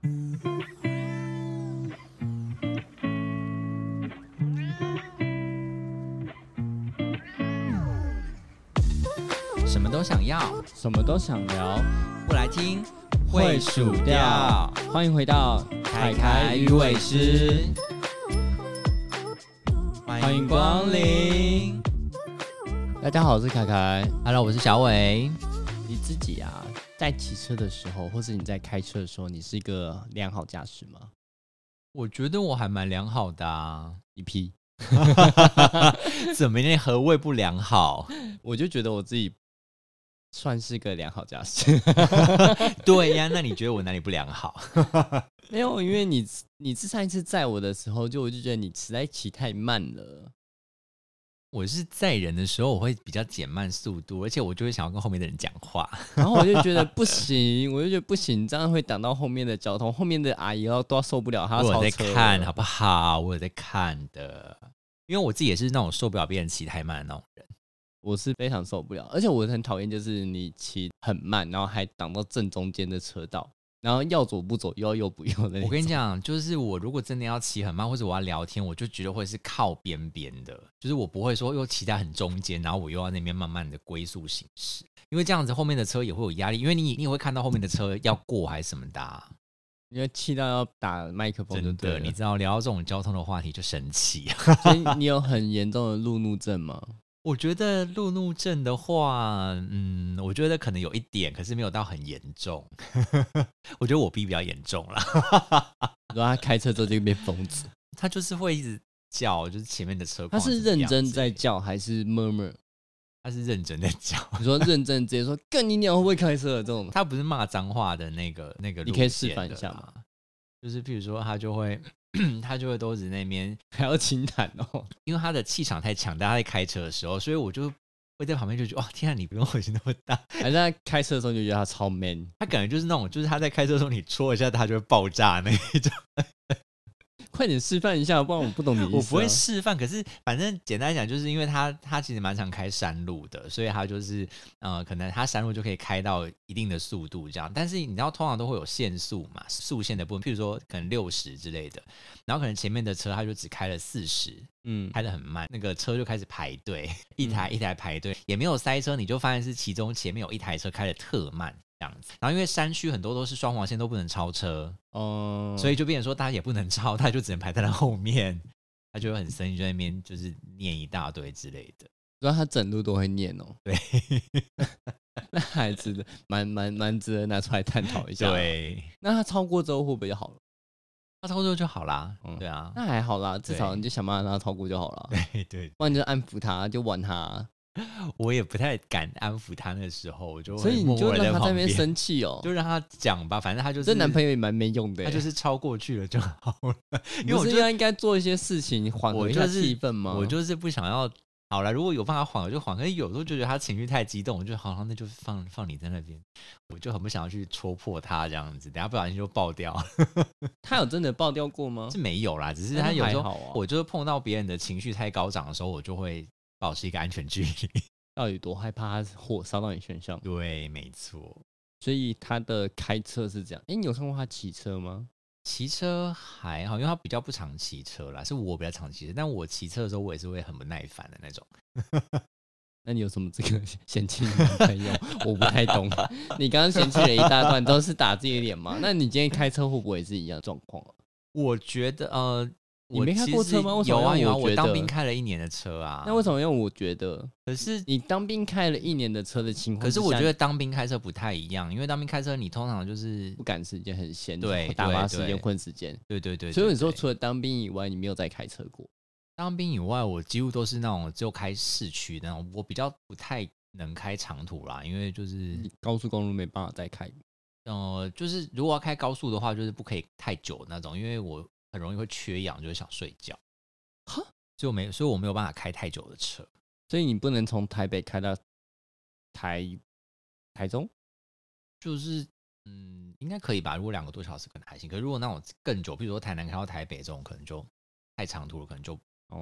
什么都想要， 什么都想聊， 不来听会数掉。欢迎回到凯凯鱼尾狮， 欢迎光临。大家好，我是凯凯。 Hello， 我是小伟。 你自己啊，在骑车的时候，或是你在开车的时候，你是一个良好驾驶吗？ 我觉得我还蛮良好的啊。 一批。 怎么呢？何谓不良好？ 我就觉得我自己算是个良好驾驶。 对呀，那你觉得我哪里不良好？ 没有，因为你上一次载我的时候，我就觉得你实在骑太慢了。 我是载人的时候，我会比较减慢速度，而且我就会想要跟后面的人讲话， 然后我就觉得不行，这样会挡到后面的交通，后面的阿姨都要受不了，她要超车了。 我有在看好不好？我有在看的，因为我自己也是那种受不了别人骑太慢的那种人。 我是非常受不了，而且我很讨厌就是你骑很慢，然后还挡到正中间的车道，然后要左不左，又要右不右的那种。 我跟你讲，就是我如果真的要骑很慢，或者我要聊天，我就觉得会是靠边边的，就是我不会说又骑在很中间，然后我又要那边慢慢的龟速行驶，因为这样子后面的车也会有压力，因为你也会看到后面的车要过还是什么的啊。 因为气到要打麦克风就对了。 真的，你知道聊到这种交通的话题就生气。 所以你有很严重的路怒症吗？ 我觉得路怒症的话，我觉得可能有一点，可是没有到很严重。我觉得我比较严重啦。 然后他开车之后就变疯子， 他就是会一直叫，就是前面的车况。 他是认真在叫还是 murmur？ 他是认真在叫。 你说认真直接说干你娘会不会开车这种？ 他不是骂脏话的那个你可以示范一下吗？ 就是譬如说他就会都是那边还要轻弹哦， 因为他的气场太强大，他在开车的时候，所以我就会在旁边就觉得哇，天啊，你不用火气那么大。 还是他开车的时候就觉得他超 man， 他感觉就是那种，就是他在开车的时候你戳一下他就会爆炸那一种。 快点示范一下，不然我不懂你意思。 我不会示范，可是反正简单讲，就是因为他其实蛮常开山路的，所以他就是可能他山路就可以开到一定的速度这样。但是你知道，通常都会有限速嘛，速限的部分，譬如说可能60之类的，然后可能前面的车他就只开了40，开得很慢，那个车就开始排队，一台一台排队，也没有塞车，你就发现是其中前面有一台车开得特慢。这样子，然后因为山区很多都是双黄线，都不能超车，所以就变成说他也不能超，他就只能排在他后面，他就会很生气，就在那边就是念一大堆之类的。 主要他整路都会念哦。 对， 那还值得蛮值得拿出来探讨一下。 对， 那他超过之后会不会就好了？ 他超过之后就好啦。对啊， 那还好啦，至少你就想办法让他超过就好了。 对对， 不然你就安抚他，就玩他。 我也不太敢安抚他，那时候我就所以你就让他在那边生气哦， 就让他讲吧，反正他就是这男朋友也蛮没用的， 他就是超过去了就好了。 因为我觉得应该做一些事情缓和一下气氛吗？ 我就是不想要。好了，如果有办法缓我就缓，可是有时候就觉得他情绪太激动，我就好，那就放你在那边，我就很不想要去戳破他这样子，等下不小心就爆掉。 他有真的爆掉过吗？ 是没有啦，只是他有时候我就是碰到别人的情绪太高涨的时候，我就会保持一个安全距离。 到底多害怕他火烧到你身上？ 对，没错。 所以他的开车是这样。你有看过他骑车吗？ 骑车还好，因为他比较不常骑车啦，是我比较常骑车。但我骑车的时候，我也是会很不耐烦的那种。 那你有什么这个嫌弃的男朋友？我不太懂。你刚刚嫌弃了一大段，都是打自己的脸吗？那你今天开车会不会也是一样的状况啊？ 我觉得你没开过车吗？ 有啊有啊，我当兵开了1年的车啊。 那为什么用我觉得？ 可是你当兵开了1年的车的情况， 可是我觉得当兵开车不太一样，因为当兵开车你通常就是不赶时间，很闲， 对， 打发时间混时间。 对对对。 所以你说除了当兵以外，你没有再开车过？ 当兵以外，我几乎都是那种只有开市区的那种，我比较不太能开长途啦，因为就是高速公路没办法再开。 就是如果要开高速的话，就是不可以太久那种，因为我很容易会缺氧，就会想睡觉。 哈， 所以我没有办法开太久的车。 所以你不能从台北开到台中？ 就是应该可以吧？如果2个多小时可能还行，可是如果那种更久，比如说台南开到台北这种，可能就太长途了，可能就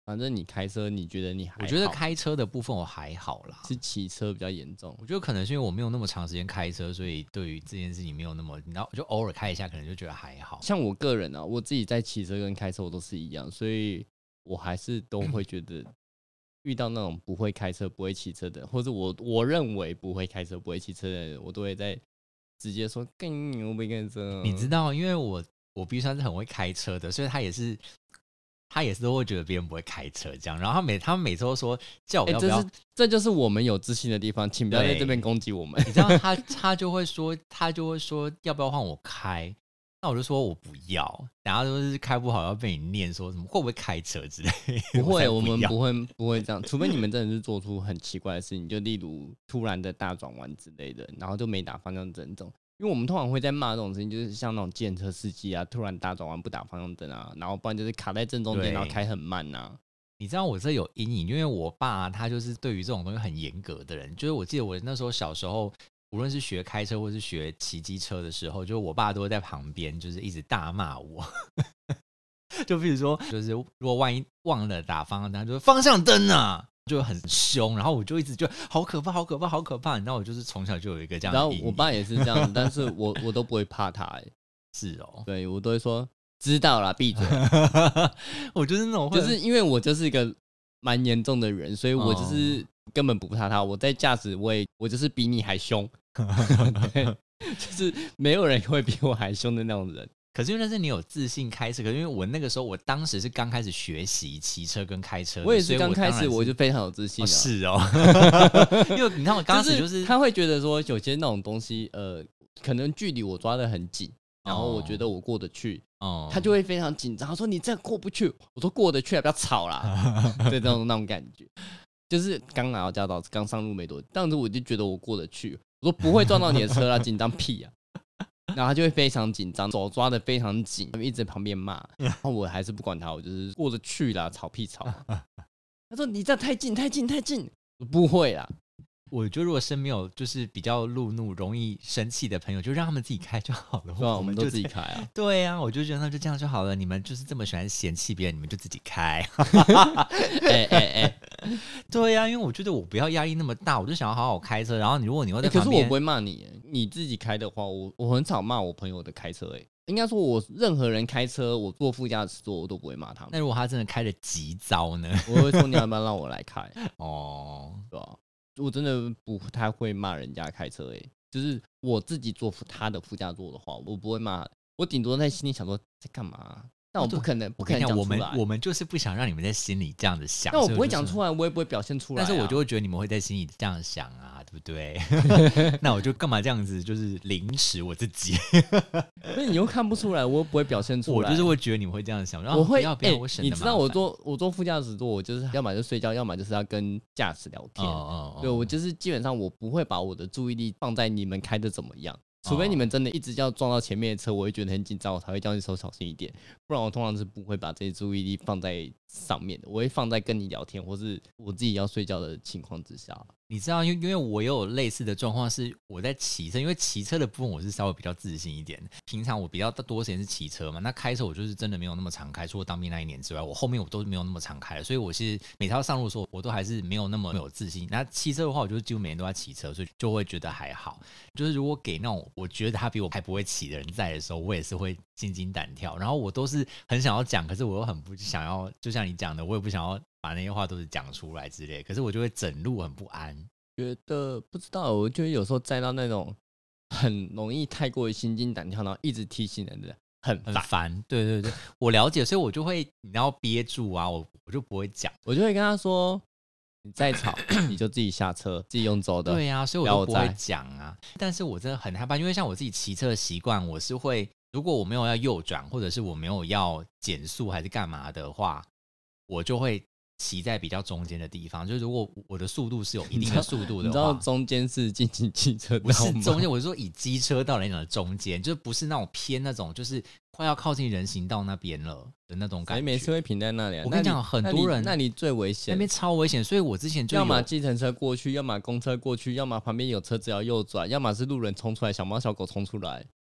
反正你开车，你觉得你还好？ 我觉得开车的部分我还好啦， 是骑车比较严重。 我觉得可能是因为我没有那么长时间开车，所以对于这件事情没有那么，然后就偶尔开一下，可能就觉得还好。 像我个人啊，我自己在骑车跟开车我都是一样，所以我还是都会觉得遇到那种不会开车、不会骑车的，或者我认为不会开车、不会骑车的人，我都会在直接说更牛没开车。 你知道，因为我必须算是很会开车的，所以他也是都会觉得别人不会开车这样，然后他们每次都说叫我要不要， 这就是我们有自信的地方，请不要在这边攻击我们。 你知道他就会说要不要换我开，那我就说我不要，等下都是开不好要被你念说什么会不会开车之类的。 不会，我们不会这样，除非你们真的是做出很奇怪的事情，就例如突然的大转弯之类的，然后就没打方向灯这种。因为我们通常会在骂这种事情，就是像那种计程车司机啊，突然大转弯不打方向灯啊，然后不然就是卡在正中间，然后开很慢啊。 你知道我这有阴影，因为我爸他就是对于这种东西很严格的人。就是我记得我那时候小时候，无论是学开车或是学骑机车的时候，就是我爸都会在旁边，就是一直大骂我。就比如说，就是如果万一忘了打方向灯，就是方向灯啊。就很凶，然后我就一直就好可怕，好可怕，好可怕。你知道我就是从小就有一个这样的阴影。 然后我爸也是这样，但是我都不会怕他、欸。 是哦， 对我都会说知道啦，闭嘴。 我就是那种就是因为我就是一个蛮严重的人，所以我就是根本不怕他。我在驾驶我就是比你还凶，对，就是没有人会比我还凶的那种人。 可是因为那是你有自信开车，可是因为我那个时候，我当时是刚开始学习骑车跟开车的， 我也是刚开始我就非常有自信、 是哦，因为你看我刚开始就是他会觉得说有些那种东西，可能距离我抓得很紧，然后我觉得我过得去，他就会非常紧张，他说你这样过不去，我说过得去，不要吵啦，对，那种感觉，就是刚拿到驾照，刚上路没多久，当时我就觉得我过得去，我说不会撞到你的车啦，紧张屁啊！然后他就会非常紧张，手抓得非常紧，一直在旁边骂，然后我还是不管他，我就是过得去啦，吵屁吵。他说你这太近太近太近，我不会啦。 我觉得如果身边有就是比较路怒、容易生气的朋友，就让他们自己开就好了。 对啊，我们都自己开啊。 对啊，我就觉得那就这样就好了。你们就是这么喜欢嫌弃别人，你们就自己开。对啊，因为我觉得我不要压力那么大，我就想要好好开车。然后如果你会在旁边， 可是我不会骂你，你自己开的话，我很少骂我朋友的开车。应该说，我任何人开车，我坐副驾驶座我都不会骂他们。 那如果他真的开的极糟呢？ 我会说你要不要让我来开？ 哦， 对吧？我真的不太会骂人家开车，就是我自己坐他的副驾座的话，我不会骂，我顶多在心里想说在干嘛，但我不可能讲出来。 我们就是不想让你们在心里这样子想， 但我不会讲出来，我也不会表现出来。 但是我就会觉得你们会在心里这样想啊，对不对？那我就干嘛这样子，就是凌迟我自己？ 所以你又看不出来，我又不会表现出来。 我就是会觉得你们会这样想，然后我会不要我省得麻烦。 你知道我坐副驾驶座，我就是要么就睡觉，要么就是要跟驾驶聊天。对，我就是基本上我不会把我的注意力放在你们开的怎么样。除非你们真的一直要撞到前面的车，我会觉得很紧张，我才会叫你手小心一点。不然我通常是不会把这些注意力放在上面的，我会放在跟你聊天或是我自己要睡觉的情况之下。 你知道，因为我有类似的状况，是我在骑车，因为骑车的部分我是稍微比较自信一点。平常我比较多时间是骑车嘛，那开车我就是真的没有那么常开，除了当兵那一年之外，我后面我都没有那么常开了，所以我是每次要上路的时候，我都还是没有那么有自信。那骑车的话，我就几乎每天都在骑车，所以就会觉得还好。就是如果给那种我觉得他比我还不会骑的人在的时候，我也是会心惊胆跳。然后我都是很想要讲，可是我又很不想要，就像你讲的，我也不想要把那些话都是讲出来之类，可是我就会整路很不安。 觉得不知道，我觉得有时候载到那种很容易太过于心惊胆跳，然后一直提醒人的很烦。对对对，我了解，所以我就会你要憋住啊，我就不会讲， 我就会跟他说，你再吵你就自己下车，自己用走的。 对啊，所以我都不会讲啊。但是我真的很害怕，因为像我自己骑车的习惯，我是会，如果我没有要右转，或者是我没有要减速还是干嘛的话，我就会骑在比较中间的地方，就是如果我的速度是有一定的速度的话， 你知道中间是进行汽车道吗？ 不是中间，我是说以机车道来讲的中间，就是不是那种偏那种，就是快要靠近人行道那边了的那种感觉。 没事会停在那里、啊。 我跟你讲，很多人那里最危险， 那边超危险，所以我之前就要么计程车过去，要么公车过去，要么旁边有车子要右转，要么是路人冲出来，小猫小狗冲出来。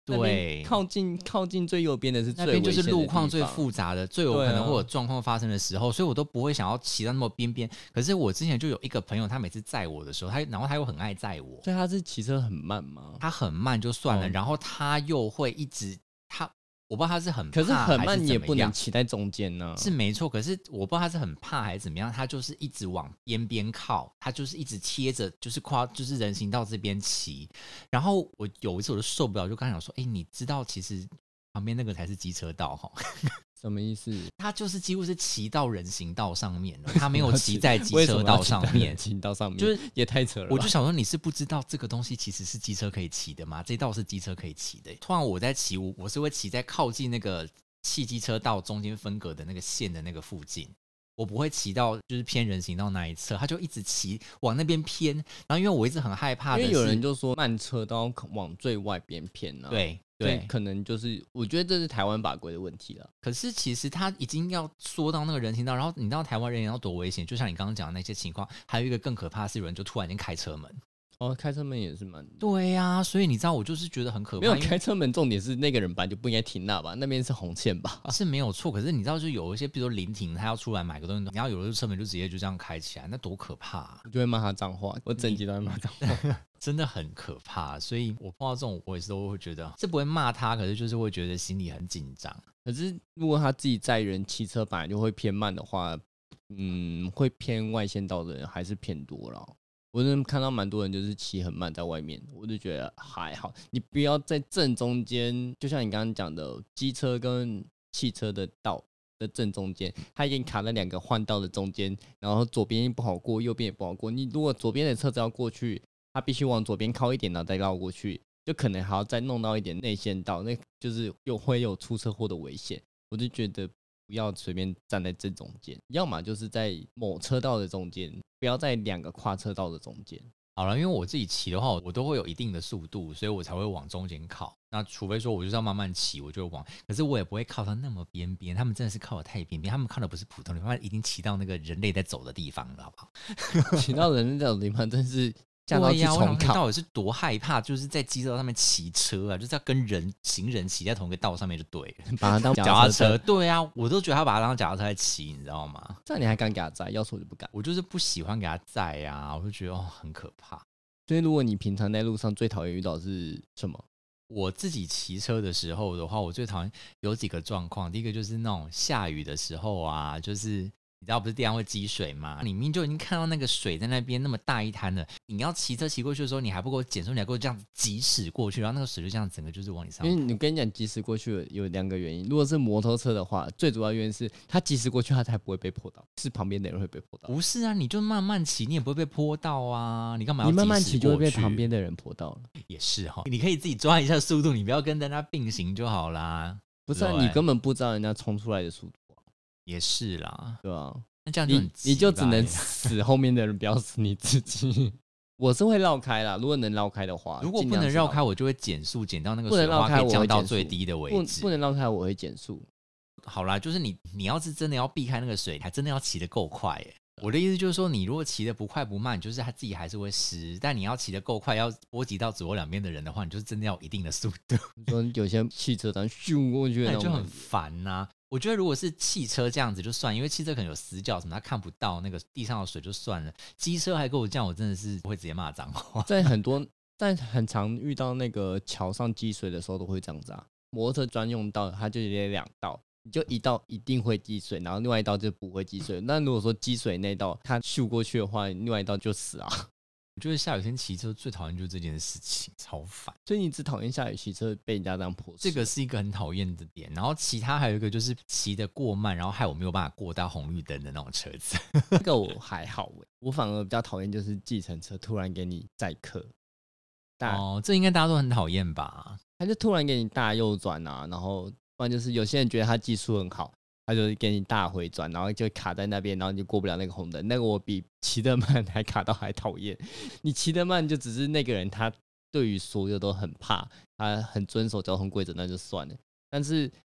对， 靠近最右边的是最那边就是路危险的地方况最复杂的，最有可能会有状况发生的时候，所以我都不会想要骑到那么边边。可是我之前就有一个朋友，他每次载我的时候，然后他又很爱载我， 所以他是骑车很慢吗？ 他很慢就算了，然后他又会一直我不知道他是很怕可是很慢你也不能骑在中间呢、 是没错。可是我不知道他是很怕还是怎么样，他就是一直往边边靠，他就是一直贴着，就是人行道这边骑。然后我有一次我就受不了，就跟他讲说：“你知道其实旁边那个才是机车道哈。” 什么意思？ 他就是几乎是骑到人行道上面了，他没有骑在机车道上面。 人行道上面就是也太扯了吧。 我就想说，你是不知道这个东西其实是机车可以骑的吗？这道是机车可以骑的。通常我在骑，我是会骑在靠近那个汽机车道中间分隔的那个线的那个附近。我不会骑到就是偏人行道那一侧，他就一直骑往那边偏。然后因为我一直很害怕的是， 因为有人就说慢车都要往最外边偏啊。 对， 可能就是我觉得这是台湾法规的问题了。 可是其实他已经要缩到那个人行道，然后你知道台湾人行道多危险？就像你刚刚讲的那些情况，还有一个更可怕的是，有人就突然间开车门。 哦，开车门也是蛮…… 对呀、所以你知道，我就是觉得很可怕。 没有开车门，重点是那个人本来就不应该停那吧？那边是红线吧？ 是没有错。可是你知道，就有一些，比如说临停，他要出来买个东西，然后有的车门就直接就这样开起来，那多可怕啊！ 我就会骂他脏话，我整集都在骂脏话。 真的很可怕。所以我碰到这种，我也是都会觉得，是不会骂他，可是就是会觉得心里很紧张。 可是如果他自己载人骑车本来就会偏慢的话，会偏外线道的人还是偏多了。我真的看到蛮多人就是骑很慢在外面，我就觉得还好。你不要在正中间，就像你刚刚讲的，机车跟汽车的道的正中间，它已经卡在两个换道的中间，然后左边不好过，右边也不好过。你如果左边的车子要过去，它必须往左边靠一点，然后再绕过去，就可能还要再弄到一点内线道，那就是会有出车祸的危险。我就觉得不要随便站在正中间，要么就是在某车道的中间，不要在两个跨车道的中间。 好了，因为我自己骑的话，我都会有一定的速度，所以我才会往中间靠。那除非说我就是要慢慢骑，我就往，可是我也不会靠到那么边边。他们真的是靠得太边边，他们靠的不是普通的，他们已经骑到那个人类在走的地方了，好不好？ 骑到人类在走的地方，真是驾到去重考。 到底是多害怕，就是在机车上面骑车啊，就是要跟行人骑在同一个道上面就对了， 把它当脚踏车。对啊，我都觉得他把它当脚踏车在骑，你知道吗？ 这样你还敢给他载？要是我就不敢。 我就是不喜欢给他载啊，我就觉得很可怕。 所以如果你平常在路上最讨厌遇到的是什么？ 我自己骑车的时候的话，我最讨厌有几个状况。第一个就是那种下雨的时候啊，就是你知道不是地上会积水吗？你明明就已经看到那个水在那边那么大一滩了，你要骑车骑过去的时候，你还不给我减速，你还给我这样子疾驶过去，然后那个水就这样整个就是往你上。 因为你跟你讲疾驶过去有两个原因，如果是摩托车的话，最主要原因是他疾驶过去他才不会被泼到，是旁边的人会被泼到。 不是啊，你就慢慢骑，你也不会被泼到啊，你干嘛要你慢慢骑就会被去旁边的人泼到了。 也是哈，你可以自己抓一下速度，你不要跟人家并行就好啦。 不是啊，你根本不知道人家冲出来的速度。 也是啦， 对啊。 那这样就很你就只能死后面的人，不要死你自己。我是会绕开啦，如果能绕开的话。 如果不能绕开，我就会减速，减到那个水花可以降到最低的位置。 不能绕开，我会减速。 好啦，就是你要是真的要避开那个水，还真的要骑得够快耶。我的意思就是说，你如果骑得不快不慢，就是他自己还是会湿。但你要骑得够快，要波及到左右两边的人的话，你就是真的要有一定的速度。 你说有些汽车咱咻过去， 那就很烦呐。我觉得如果是汽车这样子就算，因为汽车可能有死角什么，他看不到那个地上的水就算了。机车还跟我这样，我真的是会直接骂脏话。 在很常遇到那个桥上积水的时候都会这样子啊。摩托车专用道它就有两道，你就一道一定会积水，然后另外一道就不会积水。那如果说积水那道它咻过去的话，另外一道就死啊。 我觉得下雨天骑车最讨厌就是这件事情，超烦。 所以你只讨厌下雨骑车被人家这样泼， 这个是一个很讨厌的点。然后其他还有一个就是骑得过慢，然后害我没有办法过到红绿灯的那种车子。 这个我还好我反而比较讨厌就是计程车突然给你载客。 哦，这应该大家都很讨厌吧？ 他就突然给你大右转啊，然后不然就是有些人觉得他技术很好，他就给你大回转，然后就卡在那边，然后你就过不了那个红灯。那个我比骑得慢还卡到还讨厌。你骑得慢就只是那个人他对于所有都很怕，他很遵守交通规则那就算了。但是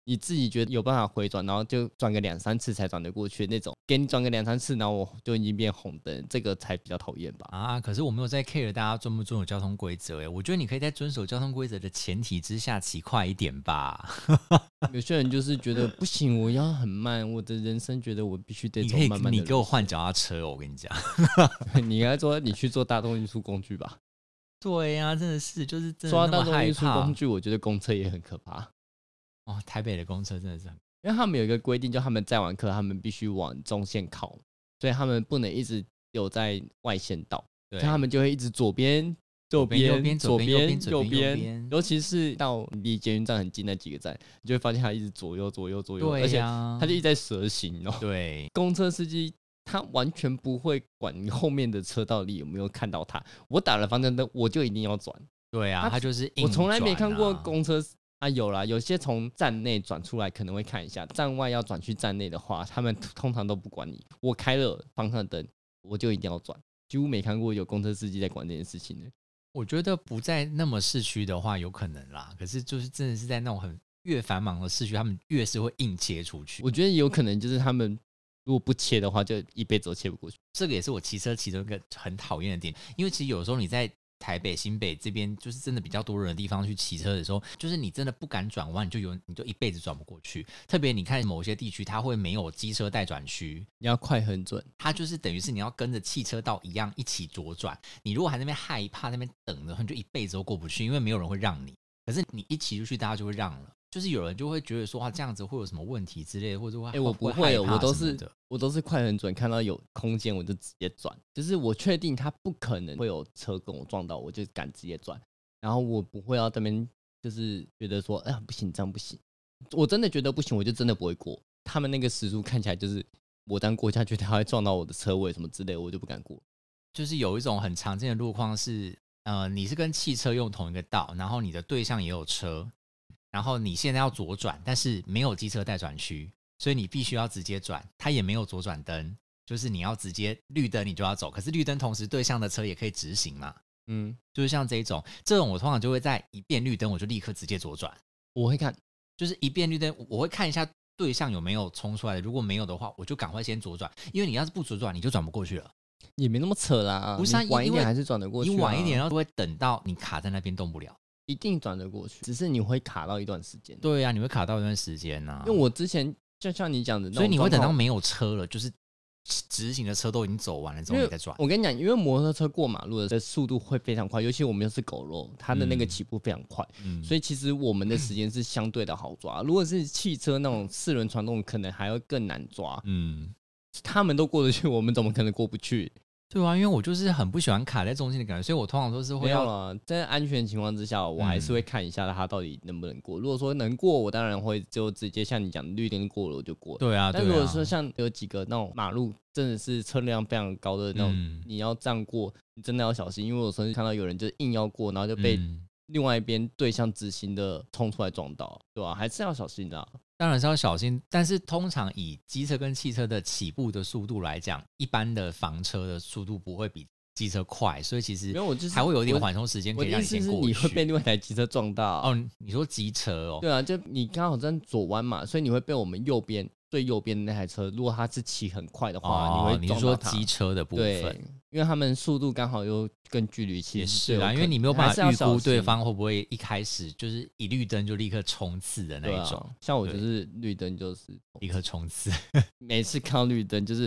你自己觉得有办法回转，然后就转个2-3次才转得过去那种，给你转个2-3次，然后我就已经变红灯，这个才比较讨厌吧？ 啊，可是我没有在 care 大家遵不遵守交通规则，我觉得你可以在遵守交通规则的前提之下骑快一点吧。 有些人就是觉得不行，我要很慢，我的人生觉得我必须得走慢慢的。 你给我换脚踏车，我跟你讲。 你应该说你去做大众运输工具吧？ 对呀、真的是就是真的说那么害到大众运输怕工具，我觉得公车也很可怕。 哦。台北的公车真的是很， 因为他们有一个规定，就他们载完客，他们必须往中线靠，所以他们不能一直留在外线道，所以他们就会一直左边、右边、左边、右边，尤其是到离捷运站很近那几个站，你就会发现他一直左右、左右、左右， 对呀、 而且他就一直在蛇行哦。 对， 公车司机他完全不会管你后面的车道里有没有看到他，我打了方向灯，我就一定要转。 对啊，他就是硬转啊。 我从来没看过公车啊，有啦，有些从站内转出来可能会看一下，站外要转去站内的话，他们通常都不管你。我开了方向灯，我就一定要转，几乎没看过有公车司机在管这件事情的。 我觉得不在那么市区的话，有可能啦。可是就是真的是在那种很越繁忙的市区，他们越是会硬切出去。 我觉得有可能就是他们如果不切的话，就一辈子都切不过去。 这个也是我骑车其中一个很讨厌的点，因为其实有时候你在台北、新北这边就是真的比较多人的地方去骑车的时候，就是你真的不敢转弯，你就一辈子转不过去。特别你看某些地区，它会没有机车待转区， 你要快很准， 它就是等于是你要跟着汽车道一样一起左转。你如果还在那边害怕、那边等的话，你就一辈子都过不去，因为没有人会让你。可是你一骑出去，大家就会让了。就是有人就会觉得说，这样子会有什么问题之类的，或者会我不会，我都是快很准，看到有空间我就直接转，就是我确定他不可能会有车跟我撞到，我就敢直接转，然后我不会要这边就是觉得说，哎呀不行，这样不行，我真的觉得不行，我就真的不会过。他们那个时速看起来就是我当过下去，他会撞到我的车位什么之类，我就不敢过。 就是有一种很常见的路况是，你是跟汽车用同一个道，然后你的对象也有车。然后你现在要左转，但是没有机车待转区，所以你必须要直接转，它也没有左转灯，就是你要直接绿灯你就要走，可是绿灯同时对向的车也可以直行嘛，就是像这种我通常就会在一变绿灯我就立刻直接左转。 我会看， 就是一变绿灯我会看一下对向有没有冲出来的，如果没有的话我就赶快先左转，因为你要是不左转你就转不过去了。 也没那么扯啦， 不是啊， 晚一点还是转得过去， 你晚一点然后会等到你卡在那边动不了。 一定转得过去，只是你会卡到一段时间。 对啊，你会卡到一段时间啊。 因为我之前就像你讲的， 所以你会等到没有车了，就是直行的车都已经走完了之后你再转。 我跟你讲，因为摩托车过马路的速度会非常快，尤其我们又是狗肉，它的那个起步非常快，所以其实我们的时间是相对的好抓。如果是汽车那种4轮传动，可能还要更难抓。他们都过得去，我们怎么可能过不去？ 对啊，因为我就是很不喜欢卡在中间的感觉，所以我通常都是会要。 没有啦，在安全情况之下，我还是会看一下它到底能不能过。如果说能过，我当然会就直接像你讲绿灯过了我就过了。 对啊， 但如果说像有几个那种马路真的是车辆非常高的那种，你要这样过，你真的要小心，因为我曾经看到有人就是硬要过，然后就被另外一边对向直行的冲出来撞到，对吧？还是要小心的啊。 当然是要小心，但是通常以机车跟汽车的起步的速度来讲，一般的房车的速度不会比机车快，所以其实还会有一点缓冲时间可以让你先过去。 我的意思是你会被另外一台机车撞到哦。你说机车哦？ 对啊，就你刚好在左弯嘛，所以你会被我们最右边的那台车，如果它是骑很快的话， 你会撞到它。你是说机车的部分？ 对，因为他们速度刚好又跟距离其实也是啦，因为你没有办法预估对方会不会一开始就是一绿灯就立刻冲刺的那一种。 像我就是绿灯就是立刻冲刺， 每次看到绿灯就是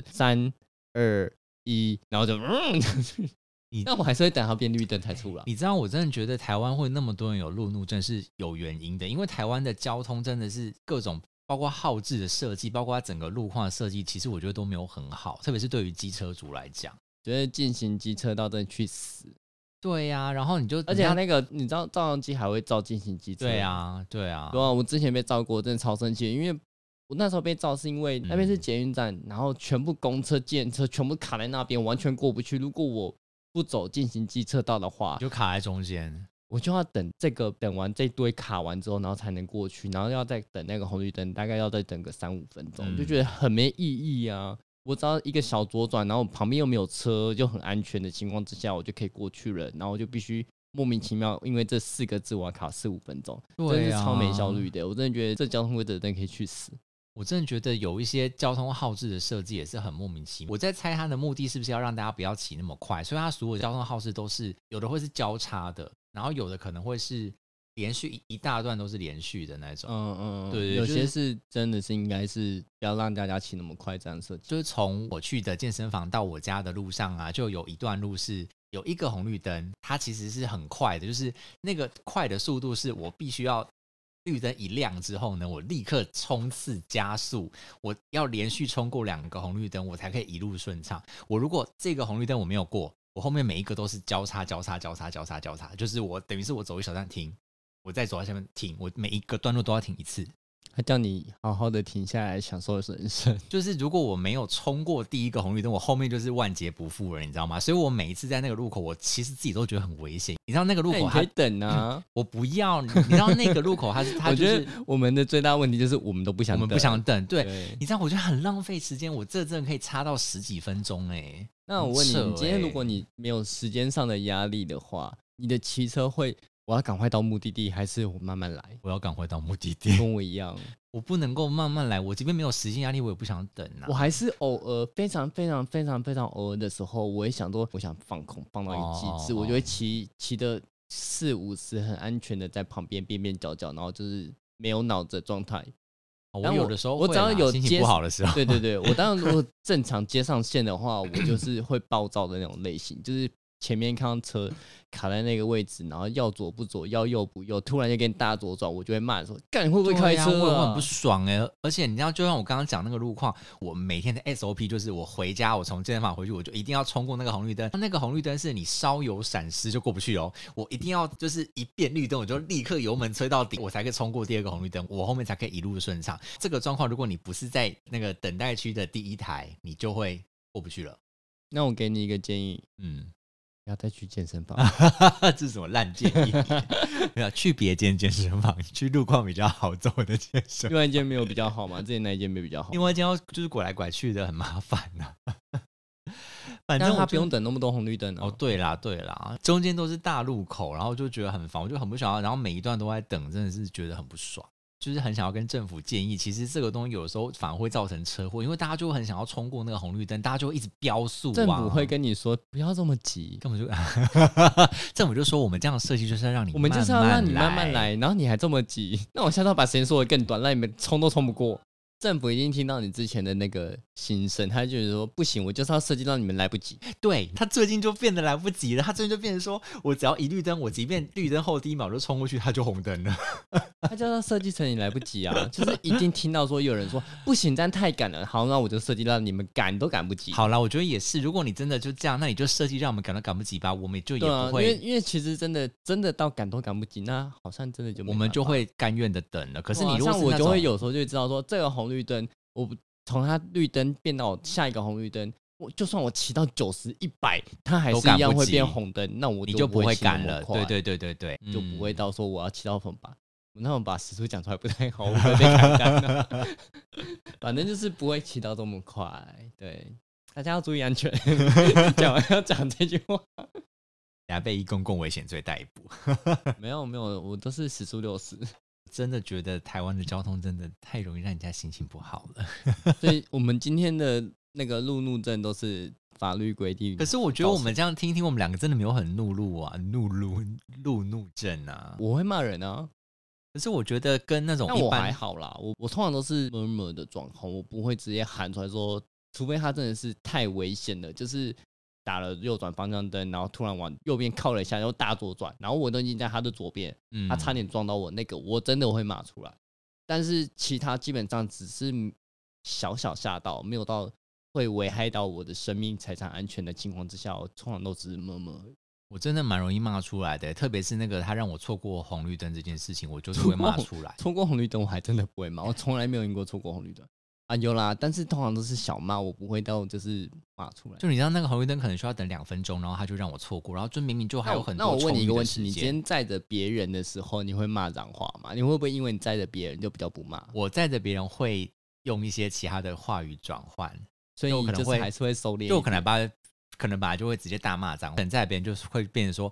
3、2、1，然后就但我还是会等它变绿灯才出来。 你知道我真的觉得台湾会那么多人有路怒症是有原因的，因为台湾的交通真的是各种。包括号志的设计，包括它整个路况的设计，其实我觉得都没有很好，特别是对于机车族来讲， 觉得进行机车道真的去死。 对呀、然后而且它那个你知道照相机还会照进行机车。 对啊，对啊， 对啊，我之前被照过，真的超生气，因为我那时候被照是因为那边是捷运站，然后全部公车、计程车全部卡在那边，完全过不去。如果我不走进行机车道的话， 就卡在中间。 我就要等完这堆卡完之后，然后才能过去，然后要再等那个红绿灯，大概要再等个3-5分钟，就觉得很没意义啊！我只要一个小左转，然后旁边又没有车，就很安全的情况之下，我就可以过去了，然后我就必须莫名其妙，因为这4个字我要卡4-5分钟， 对啊， 真的是超没效率的。我真的觉得这交通规则真的可以去死。 我真的觉得有一些交通号志的设计也是很莫名其妙。我在猜它的目的是不是要让大家不要骑那么快，所以它所有的交通号志都是有的会是交叉的，然后有的可能会是连续一大段都是连续的那种。对， 有些是真的是应该是不要让大家骑那么快这样设计。 就是从我去的健身房到我家的路上啊，就有一段路是有一个红绿灯，它其实是很快的，就是那个快的速度是我必须要绿灯一亮之后呢，我立刻冲刺加速，我要连续冲过2个红绿灯，我才可以一路顺畅。我如果这个红绿灯我没有过，我后面每一个都是交叉，就是我等于是我走一小段停，我再走到下面停，我每一个段落都要停一次。 他叫你好好的停下来享受人生， 就是如果我没有冲过第一个红绿灯，我后面就是万劫不复了，你知道吗？所以我每一次在那个路口，我其实自己都觉得很危险。你知道那个路口你可以等啊， 我不要。你知道那个路口它我觉得我们的最大问题就是我们都不想等， 我们不想等。对，你知道我觉得很浪费时间，我这真的可以差到10几分钟哎。 那我问你，你今天如果你没有时间上的压力的话，你的骑车会？我要赶快到目的地，还是我慢慢来？ 我要赶快到目的地， 跟我一样， 我不能够慢慢来。我即便没有时间压力，我也不想等啊。 我还是偶尔非常偶尔的时候，我会想说，我想放空，放到一个极致，我就会骑的40-50，很安全的在旁边边边角角，然后就是没有脑子的状态。 我有的时候我只要有心情不好的时候， 对，我当然如果正常接上线的话，我就是会暴躁的那种类型，就是前面看到车卡在那个位置，然后要左不左，要右不右，突然就给你大左转，我就会骂说：“干，你会不会开车我很不爽哎！而且你知道，就像我刚刚讲那个路况，我每天的 SOP 就是我回家，我从健身房回去，我就一定要冲过那个红绿灯。那个红绿灯是你稍有闪失就过不去哦，我一定要就是一变绿灯，我就立刻油门吹到底，我才可以冲过第2个红绿灯，我后面才可以一路顺畅。这个状况，如果你不是在那个等待区的第1台，你就会过不去了。 那我给你一个建议，不要再去健身房， 这是什么烂建议？没有，去别间健身房，去路况比较好走的健身房。 另外一间没有比较好吗？之前那一间没有比较好。 另外一间要就是拐来拐去的，很麻烦啊。 反正他不用等那么多红绿灯哦。对啦，中间都是大路口，然后就觉得很烦，我就很不想要，然后每一段都在等，真的是觉得很不爽。就是很想要跟政府建议，其实这个东西有的时候反而会造成车祸，因为大家就很想要冲过那个红绿灯，大家就会一直飙速啊。 政府会跟你说不要这么急， 根本就政府就说我们这样设计就是要让你我们就是要让你慢慢来，然后你还这么急，那我下次要把时间说得更短，让你们冲都冲不过。政府已经听到你之前的那个心声，他就是说不行，我就是要设计让你们来不及。 对，他最近就变得来不及了，他最近就变成说我只要一绿灯，我即便绿灯后第1秒就冲过去，他就红灯了。 他就要设计成你来不及啊，就是一定听到说有人说不行，这样太赶了，好，那我就设计让你们赶都赶不及。 好啦，我觉得也是，如果你真的就这样，那你就设计让我们赶都赶不及吧，我们就也不会， 因为其实真的到赶都赶不及，那好像真的就没办法， 我们就会甘愿的等了。可是你如果是我就会有时候就会知道说这个红绿灯，我从它绿灯变到下一个红绿灯，就算我骑到90、100，它还是一样会变红灯，那我就不会赶了。对， 就不会到说我要骑到粉把。那我把时速讲出来不太好，我会被砍单的。反正就是不会骑到这么快，对，大家要注意安全。讲完要讲这句话， 等下被以公共危险罪逮捕。 没有，我都是时速60。 真的觉得台湾的交通真的太容易让人家心情不好了。 所以我们今天的那个路怒症都是法律规定。 可是我觉得我们这样听一听，我们两个真的没有很怒路啊，路怒症啊。 我会骂人啊。 可是我觉得跟那种一般， 我还好啦，我通常都是murmur的状况，我不会直接喊出来说，除非他真的是太危险了，就是打了右转方向灯，然后突然往右边靠了一下，然后大左转，然后我都已经在他的左边，他差点撞到我，那个我真的会骂出来。但是其他基本上只是小吓到，没有到会危害到我的生命财产安全的情况之下，我通常都只是murmur。 我真的蛮容易骂出来的，特别是那个他让我错过红绿灯这件事情，我就是会骂出来。 错过红绿灯我还真的不会骂，我从来没有赢过错过红绿灯啊，有啦，但是通常都是小骂，我不会到就是骂出来。 就你知道那个红绿灯可能需要等2分钟，然后他就让我错过，然后就明明就还有很多。 那我问你一个问题，你今天载着别人的时候，你会骂脏话吗？你会不会因为你载着别人就比较不骂？ 我载着别人会用一些其他的话语转换， 所以我可能会还是会收敛， 就我可能把可能本来就会直接大骂脏话，等在别人就是会变成说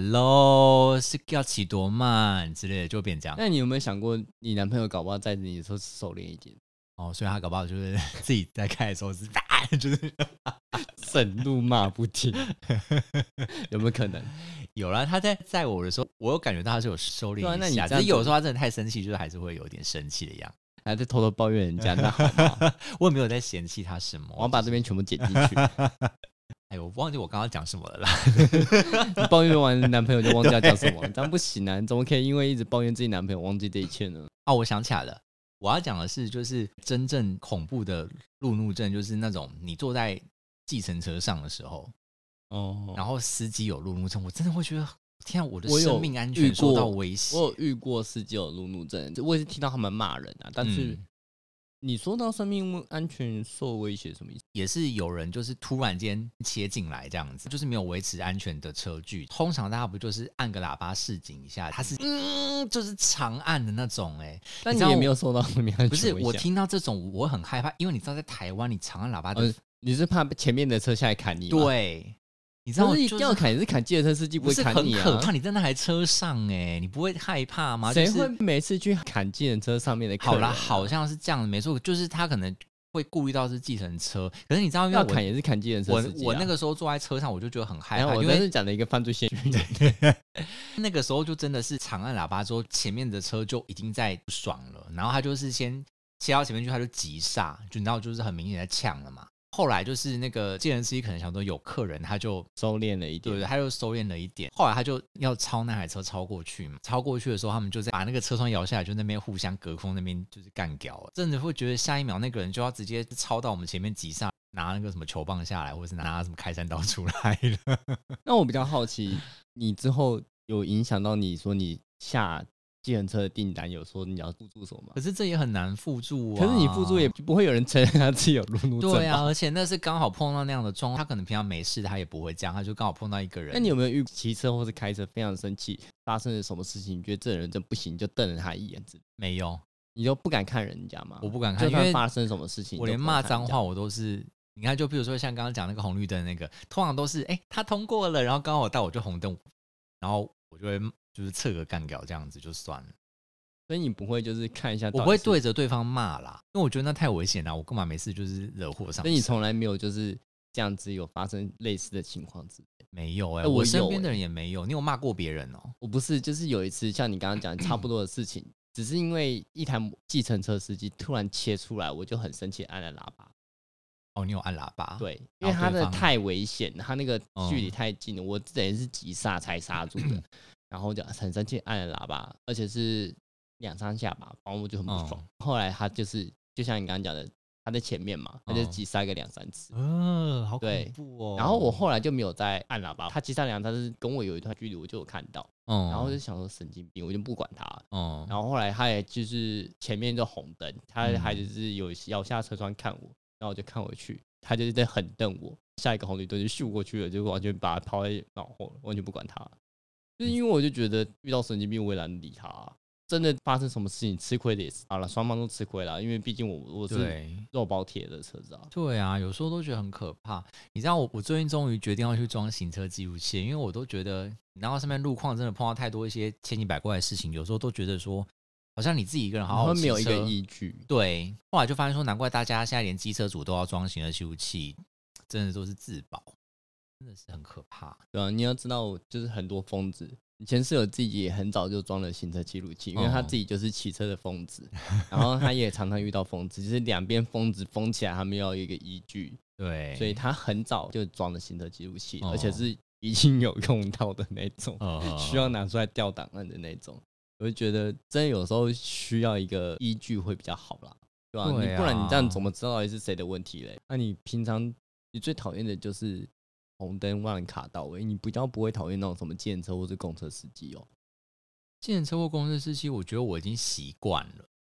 “hello” 是要骑多慢之类的，就变这样。 那你有没有想过，你男朋友搞不好载着你的时候收敛一点？ 哦，所以他搞不好就是自己在开的时候是就是整路骂不停，有没有可能？ 有啦，他在我的时候，我有感觉到他是有收敛一下，只是有时候他真的太生气，就是还是会有点生气的样子， 还在偷偷抱怨人家，那好吗？ 我也没有在嫌弃他什么， 我要把这边全部剪进去。 哎，我忘记我刚刚讲什么了啦。 你抱怨完男朋友就忘记要讲什么，这样不行啊！你怎么可以因为一直抱怨自己男朋友忘记这一切呢？ 哦，我想起来了。我要讲的是，就是真正恐怖的路怒症，就是那种你坐在计程车上的时候，然后司机有路怒症，我真的会觉得，天啊，我的生命安全受到威胁。 我有遇过司机有路怒症，我也是听到他们骂人啊，但是你说到生命安全受威胁什么意思？ 也是有人就是突然间切进来这样子，就是没有维持安全的车距。通常大家不就是按个喇叭示警一下，他是就是长按的那种但你也没有受到生命安全威胁。 不是，我听到这种我很害怕，因为你知道在台湾你长按喇叭你是怕前面的车下来砍你吗？ 对。你知道一定要砍，也是砍计程车司机不会砍你啊， 很可怕！你在那台车上你不会害怕吗？ 谁会每次去砍计程车上面的客人？ 好啦，好像是这样的，没错，就是他可能会故意到是计程车，可是你知道，因为要砍也是砍计程车司机我那个时候坐在车上，我就觉得很害怕， 我是讲的一个犯罪嫌疑人。那个时候就真的是长按喇叭之后，前面的车就已经在不爽了，然后他就是先切到前面去，他就急刹，就你知道，就是很明显在呛了嘛。后来就是那个计程司机可能想说有客人，他就收敛了一点， 对，他就收敛了一点。后来他就要超那台车超过去嘛，超过去的时候，他们就在把那个车窗摇下来，就那边互相隔空那边就是干屌，真的会觉得下一秒那个人就要直接超到我们前面急刹，拿那个什么球棒下来，或者是拿什么开山刀出来了。 那我比较好奇，你之后有影响到你说你下计程车的订单，有说你要附注什么吗？ 可是这也很难附注啊。 可是你附注也不会有人承认他自己有路怒症。 对啊，而且那是刚好碰到那样的状况，他可能平常没事，他也不会这样，他就刚好碰到一个人。 那你有没有骑车或是开车非常生气，发生了什么事情？你觉得这人真不行，就瞪了他一眼？ 没有， 你就不敢看人家吗？ 我不敢看， 因为发生什么事情， 我连骂脏话我都是。你看，就比如说像刚刚讲那个红绿灯那个，通常都是他通过了，然后刚好到我就红灯，然后我就会就是侧个干掉这样子就算了。 所以你不会就是看一下， 我不会对着对方骂啦，因为我觉得那太危险了，我干嘛没事就是惹祸上身。 所以你从来没有就是这样子有发生类似的情况之类？ 没有我身边的人也没有。你有骂过别人哦？ 我不是，就是有一次像你刚刚讲差不多的事情，只是因为一台计程车司机突然切出来，我就很生气按了喇叭。 哦，你有按喇叭？ 对，因为他的太危险，他那个距离太近了，我等于是急刹才刹住的，然后就很生气按了喇叭，而且是2-3下吧，然后我就很不爽。后来他就是就像你刚刚讲的，他在前面嘛，他就急刹个2-3次。 好恐怖哦。 然后我后来就没有再按喇叭，他急刹2-3次跟我有一段距离，我就有看到。然后我就想说神经病，我就不管他。然后后来他也就是前面就红灯，他还就是有摇下车窗看我，然后我就看回去，他就是在狠瞪我。下一个红绿灯就咻过去了，就完全把他抛在脑后了，完全不管他。就是因为我就觉得遇到神经病我也懒得理他。真的发生什么事情，吃亏的也是好了，双方都吃亏了，因为毕竟我是肉包铁的车子啊。 对啊，有时候都觉得很可怕。你知道我最近终于决定要去装行车记录器，因为我都觉得，然后上面路况真的碰到太多一些千奇百怪的事情，有时候都觉得说，好像你自己一个人好好骑车， 没有一个依据。 对，后来就发现说，难怪大家现在连机车主都要装行车记录器，真的都是自保，真的是很可怕。 对啊，你要知道，就是很多疯子。以前室友自己也很早就装了行车记录器，因为他自己就是骑车的疯子，然后他也常常遇到疯子，就是两边疯子疯起来，他们要有一个依据， 对， 所以他很早就装了行车记录器，而且是已经有用到的那种，需要拿出来调档案的那种。我就觉得真的有时候需要一个依据会比较好啦，对吧？你不然你这样怎么知道到底是谁的问题嘞？那你平常你最讨厌的就是红灯让人卡到你比较不会讨厌那种什么计程车或是公车司机哦。 计程车或公车司机，我觉得我已经习惯了，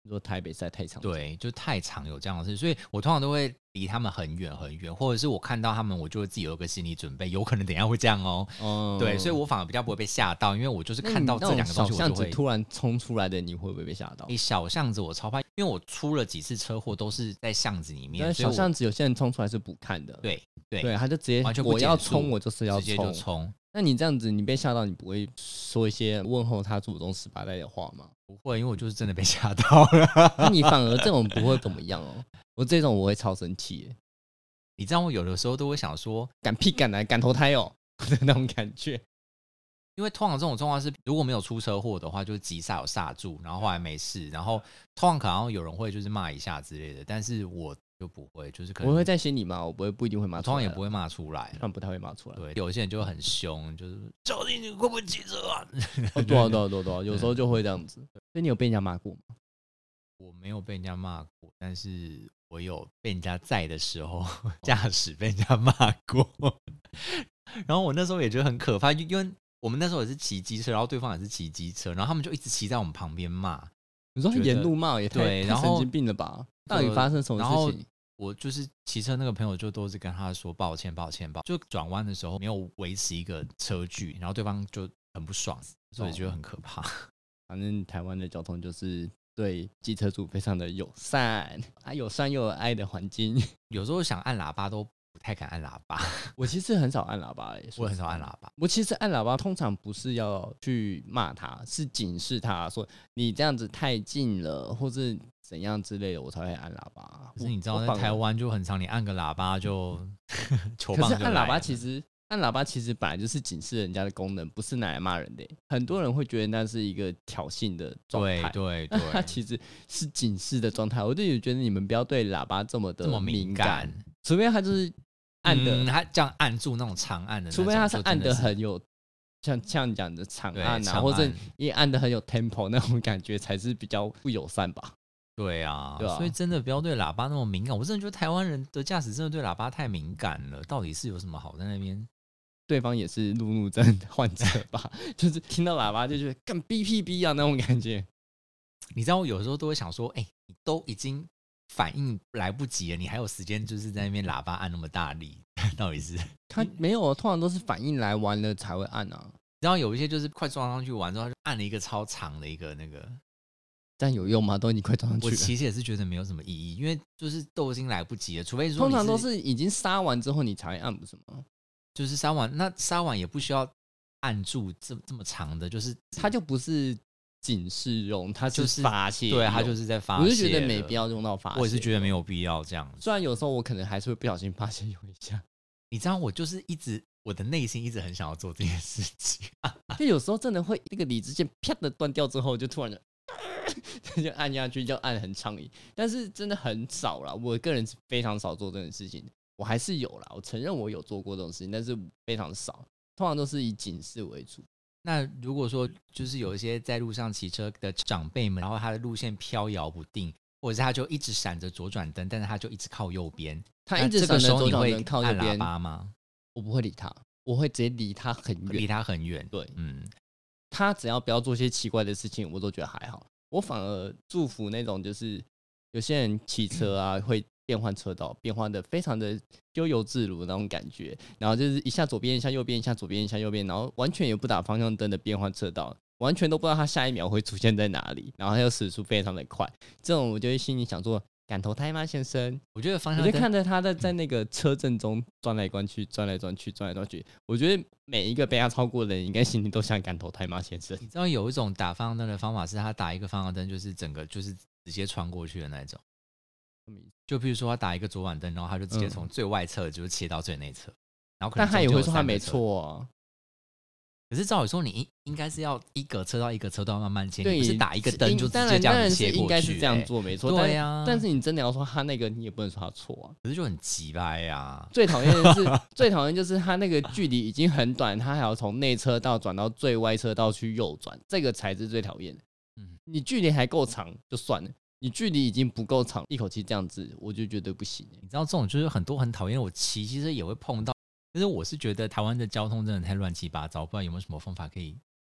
你说台北实在太长， 对，就太常有这样的事，所以我通常都会离他们很远很远，或者是我看到他们，我就会自己有一个心理准备，有可能等一下会这样哦。对，所以我反而比较不会被吓到，因为我就是看到这两个东西，我就会。 小巷子突然冲出来的，你会不会被吓到？ 小巷子我超怕，因为我出了几次车祸都是在巷子里面。 小巷子有些人冲出来是不看的， 对， 他就直接完全不我要冲，我就是要直接就冲。 那你这样子，你被吓到，你不会说一些问候他祖宗18代的话吗？ 不会，因为我就是真的被吓到了。 那你反而这种不会怎么样哦。我这种我会超生气耶。 你知道我有的时候都会想说， 敢屁敢来敢投胎哦的那种感觉。 因为通常这种状况是，如果没有出车祸的话，就是急刹有刹住，然后后来没事，然后通常可能有人会就是骂一下之类的，但是我就不会，就是可能我会在心里骂，我不一定会骂出来， 通常也不会骂出来， 但不太会骂出来。 对，有些人就会很凶，就是小弟你会不会骑车啊？ 对啊，有时候就会这样子。所以你有被人家骂过吗？ 我没有被人家骂过，但是我有被人家载的时候驾驶被人家骂过。然后我那时候也觉得很可怕，因为我们那时候也是骑机车，然后对方也是骑机车，然后他们就一直骑在我们旁边骂。 你说沿路骂也太神经病了吧？到底发生什么事情？ 我就是骑车那个朋友就都是跟他说抱歉，就转弯的时候没有维持一个车距，然后对方就很不爽，所以觉得很可怕。 反正台湾的交通就是对机车主非常的友善，友善又有爱的环境。 有时候想按喇叭都不太敢按喇叭。 我其实很少按喇叭， 我很少按喇叭。 我其实按喇叭通常不是要去骂他，是警示他说你这样子太近了，或是怎样之类的，我才会按喇叭。 可是你知道在台湾就很常，你按个喇叭就球棒就来了。 可是按喇叭其实本来就是警示人家的功能，不是拿来骂人的。很多人会觉得那是一个挑衅的状态， 对， 它其实是警示的状态。我就觉得你们不要对喇叭这么敏感，除非他就是按的， 他这样按住那种长按的那种， 除非他是按的很有像你讲的长按啊，或者一按的很有 tempo 那种感觉，才是比较不友善吧。 对啊，所以真的不要对喇叭那么敏感。我真的觉得台湾人的驾驶真的对喇叭太敏感了，到底是有什么好在那边？ 对方也是路怒症患者吧，就是听到喇叭就觉得干逼屁逼啊那种感觉。 你知道我有时候都会想说，你都已经反应来不及了，你还有时间就是在那边喇叭按那么大力，到底是？ 他没有，通常都是反应来完了才会按啊。 然后有一些就是快撞上去完之后，就按了一个超长的一个那个。 但有用吗？都已经快撞上去了。 我其实也是觉得没有什么意义，因为就是都已经来不及了，除非说通常都是已经刹完之后你才会按，不是吗？ 就是刹完也不需要按住这么长的，就是它就不是警示用，它就是发泄， 对，它就是在发泄。 我就觉得没必要用到发泄， 我也是觉得没有必要这样。 虽然有时候我可能还是会不小心发泄用一下， 你知道，我就是我的内心一直很想要做这件事情， 就有时候真的会那个理智线啪的断掉之后，就突然就按下去，就按很畅饮，但是真的很少啦。我个人是非常少做这种事情，我还是有啦，我承认我有做过这种事情，但是非常少，通常都是以警示为主。 那如果说就是有一些在路上骑车的长辈们，然后他的路线飘摇不定，或者是他就一直闪着左转灯，但是他就一直靠右边， 他一直闪着左转灯靠右边， 按喇叭吗？ 我不会理他，我会直接离他很远， 离他很远。 对，他只要不要做些奇怪的事情，我都觉得还好。我反而祝福那种就是有些人骑车啊会变换车道，变换的非常的悠游自如的那种感觉，然后就是一下左边一下右边，一下左边一下右边，然后完全也不打方向灯的变换车道，完全都不知道他下一秒会出现在哪里，然后他又时速非常的快，这种我就会心里想说，敢投胎吗先生？ 我觉得方向灯， 我就看着他在那个车阵中转来转去，转来转去，转来转去。我觉得每一个被他超过的人，应该心里都想敢投胎吗先生？ 你知道有一种打方向灯的方法是，他打一个方向灯，就是整个就是直接穿过去的那种。就比如说他打一个左转灯，然后他就直接从最外侧就是切到最内侧，然后可能但他也会说他没错啊。 可是照理说，你应该是要一个车道一个车道慢慢切，你不是打一个灯就直接这样切过去。 应该是这样做没错， 对啊。 但是你真的要说他那个，你也不能说他错啊。 可是就很急掰呀。 最讨厌的是，最讨厌就是他那个距离已经很短，他还要从内车道转到最外车道去右转，这个才是最讨厌的。你距离还够长就算了，你距离已经不够长，一口气这样子，我就觉得不行。 你知道这种就是很多很讨厌，我骑其实也会碰到。但是我是觉得台湾的交通真的太乱七八糟，不知道有没有什么方法可以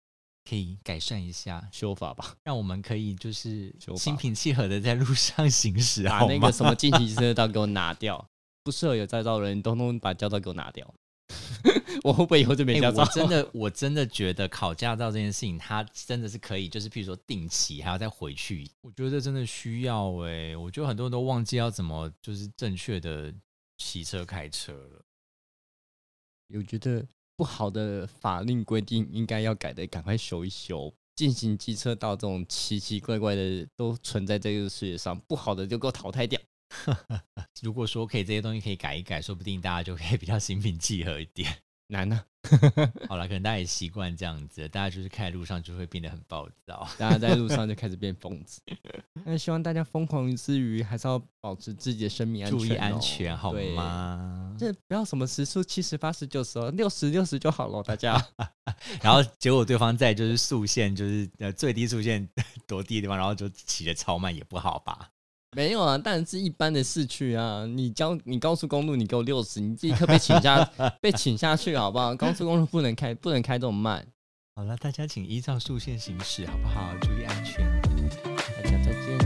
可以改善一下修法吧， 让我们可以就是心平气和的在路上行驶， 把那个什么禁骑车道给我拿掉，不适合有驾照的人，通通把驾照给我拿掉。我会不会以后就没驾照？ 我真的觉得考驾照这件事情，它真的是可以，就是譬如说定期还要再回去，我觉得真的需要我觉得很多人都忘记要怎么就是正确的骑车开车了。 我觉得不好的法令规定应该要改的，赶快修一修。进行机车道这种奇奇怪怪的都存在这个世界上，不好的就给我淘汰掉。 如果说可以这些东西可以改一改，说不定大家就可以比较心平气和一点。 难啊好了，可能大家也习惯这样子，大家就是开在路上就会变得很暴躁， 大家在路上就开始变疯子。那希望大家疯狂之余，还是要保持自己的生命安全，注意安全好吗？ 这不要什么时速70、80、90、60就好了，大家。 然后结果对方在就是速限，就是最低速限多低的地方，然后就骑得超慢，也不好吧？ 没有啊，当然是一般的市区啊。你高速公路，你给我60，你立刻被请下去，好不好？高速公路不能开这么慢。 好了，大家请依照速限行驶，好不好？注意安全。 大家再见。